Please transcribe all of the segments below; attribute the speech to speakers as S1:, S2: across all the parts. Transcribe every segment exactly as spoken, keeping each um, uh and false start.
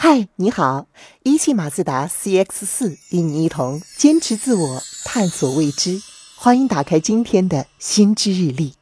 S1: 嗨，你好，一汽马自达 C X 四 与你一同坚持自我，探索未知。欢迎打开今天的新知日历。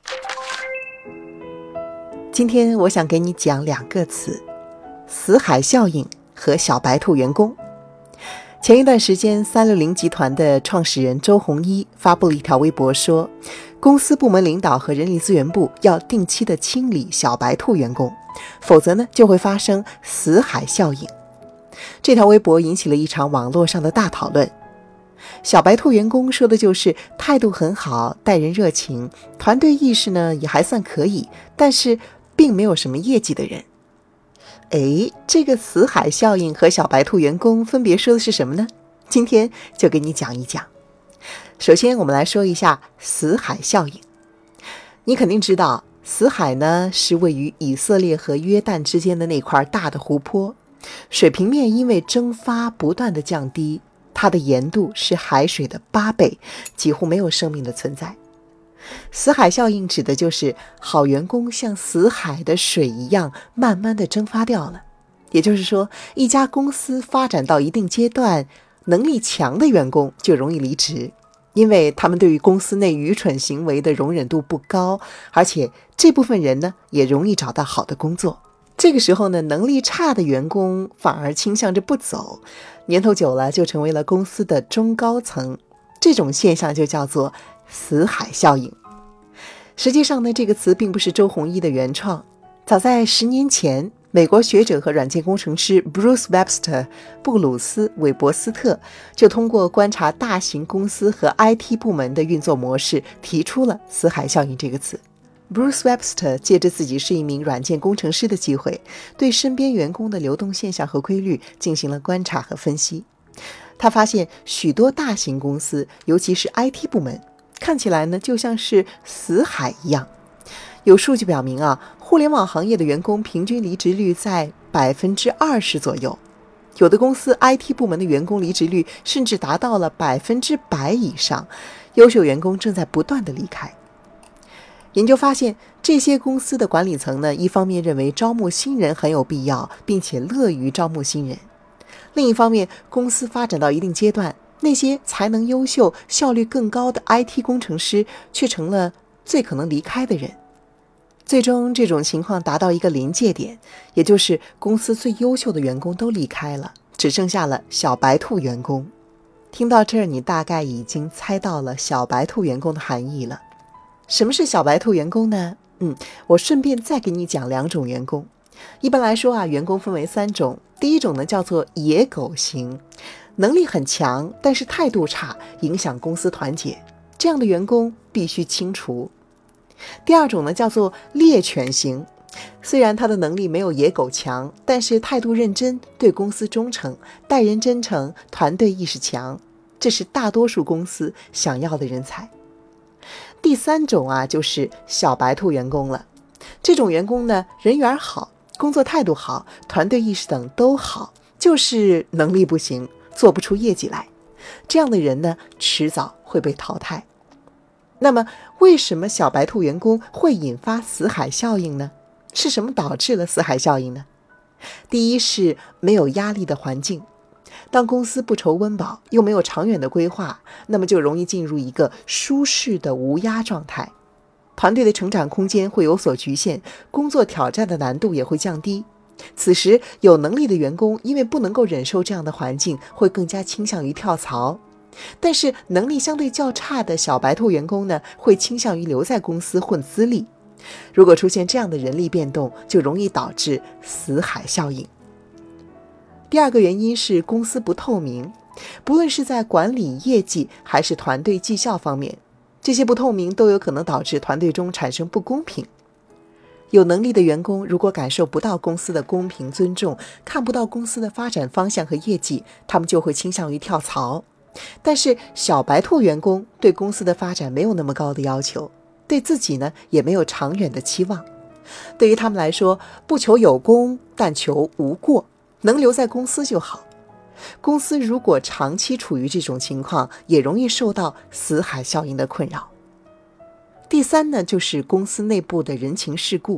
S1: 今天我想给你讲两个词：死海效应和小白兔员工。前一段时间，三六零集团的创始人周鸿祎发布了一条微博说，公司部门领导和人力资源部要定期的清理小白兔员工，否则呢就会发生死海效应。这条微博引起了一场网络上的大讨论。小白兔员工说的就是态度很好，待人热情，团队意识呢也还算可以，但是并没有什么业绩的人。诶，这个死海效应和小白兔员工分别说的是什么呢？今天就给你讲一讲。首先我们来说一下死海效应。你肯定知道，死海呢是位于以色列和约旦之间的那块大的湖泊，水平面因为蒸发不断的降低，它的盐度是海水的八倍，几乎没有生命的存在。死海效应指的就是好员工像死海的水一样慢慢的蒸发掉了。也就是说，一家公司发展到一定阶段，能力强的员工就容易离职，因为他们对于公司内愚蠢行为的容忍度不高，而且这部分人呢也容易找到好的工作。这个时候呢，能力差的员工反而倾向着不走，年头久了就成为了公司的中高层。这种现象就叫做死海效应。实际上呢，这个词并不是周鸿祎的原创。早在十年前，美国学者和软件工程师 Bruce Webster 布鲁斯·韦伯斯特就通过观察大型公司和 I T 部门的运作模式，提出了死海效应这个词。Bruce Webster 借着自己是一名软件工程师的机会，对身边员工的流动现象和规律进行了观察和分析。他发现许多大型公司，尤其是 I T 部门，看起来呢就像是死海一样。有数据表明啊，互联网行业的员工平均离职率在百分之二十左右，有的公司 I T 部门的员工离职率甚至达到了百分之百以上，优秀员工正在不断的离开。研究发现，这些公司的管理层呢，一方面认为招募新人很有必要，并且乐于招募新人；另一方面，公司发展到一定阶段，那些才能优秀、效率更高的 I T 工程师却成了最可能离开的人。最终，这种情况达到一个临界点，也就是公司最优秀的员工都离开了，只剩下了小白兔员工。听到这儿，你大概已经猜到了小白兔员工的含义了。什么是小白兔员工呢？嗯，我顺便再给你讲两种员工。一般来说啊，员工分为三种。第一种呢叫做野狗型，能力很强，但是态度差，影响公司团结，这样的员工必须清除。第二种呢叫做猎犬型，虽然他的能力没有野狗强，但是态度认真，对公司忠诚，待人真诚，团队意识强，这是大多数公司想要的人才。第三种啊，就是小白兔员工了。这种员工呢，人缘好，工作态度好，团队意识等都好，就是能力不行，做不出业绩来。这样的人呢，迟早会被淘汰。那么，为什么小白兔员工会引发死海效应呢？是什么导致了死海效应呢？第一是没有压力的环境。当公司不愁温饱，又没有长远的规划，那么就容易进入一个舒适的无压状态。团队的成长空间会有所局限，工作挑战的难度也会降低。此时，有能力的员工因为不能够忍受这样的环境，会更加倾向于跳槽。但是能力相对较差的小白兔员工呢，会倾向于留在公司混资历。如果出现这样的人力变动，就容易导致死海效应。第二个原因是公司不透明，不论是在管理业绩还是团队绩效方面，这些不透明都有可能导致团队中产生不公平。有能力的员工如果感受不到公司的公平尊重，看不到公司的发展方向和业绩，他们就会倾向于跳槽。但是小白兔员工对公司的发展没有那么高的要求，对自己呢也没有长远的期望。对于他们来说，不求有功，但求无过，能留在公司就好。公司如果长期处于这种情况，也容易受到死海效应的困扰。第三呢，就是公司内部的人情世故。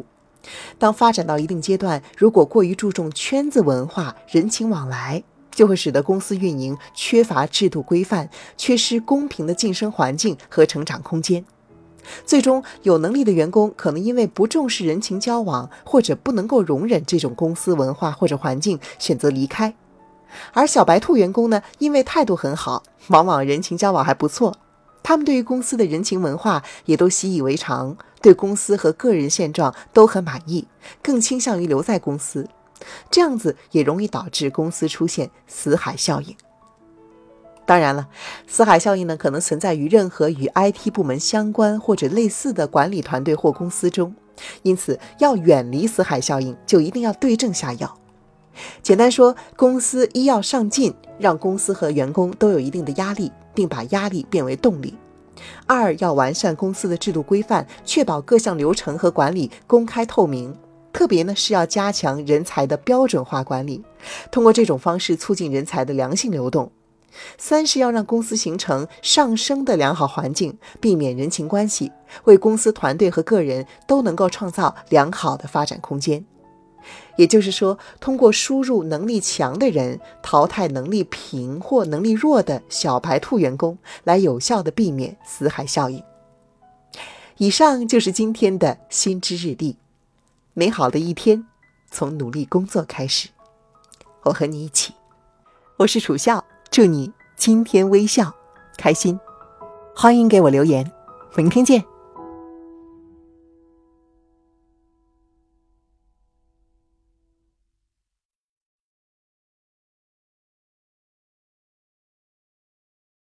S1: 当发展到一定阶段，如果过于注重圈子文化、人情往来，就会使得公司运营缺乏制度规范，缺失公平的晋升环境和成长空间。最终，有能力的员工可能因为不重视人情交往，或者不能够容忍这种公司文化或者环境，选择离开。而小白兔员工呢，因为态度很好，往往人情交往还不错，他们对于公司的人情文化也都习以为常，对公司和个人现状都很满意，更倾向于留在公司。这样子也容易导致公司出现死海效应。当然了，死海效应呢，可能存在于任何与 I T 部门相关或者类似的管理团队或公司中，因此要远离死海效应，就一定要对症下药。简单说，公司一要上进，让公司和员工都有一定的压力，并把压力变为动力；二要完善公司的制度规范，确保各项流程和管理公开透明，特别呢是要加强人才的标准化管理，通过这种方式促进人才的良性流动。三是要让公司形成上升的良好环境，避免人情关系，为公司团队和个人都能够创造良好的发展空间。也就是说，通过输入能力强的人，淘汰能力平或能力弱的小白兔员工，来有效地避免死海效应。以上就是今天的心知日历，美好的一天从努力工作开始。我和你一起，我是楚笑，祝你今天微笑开心。欢迎给我留言，明天见。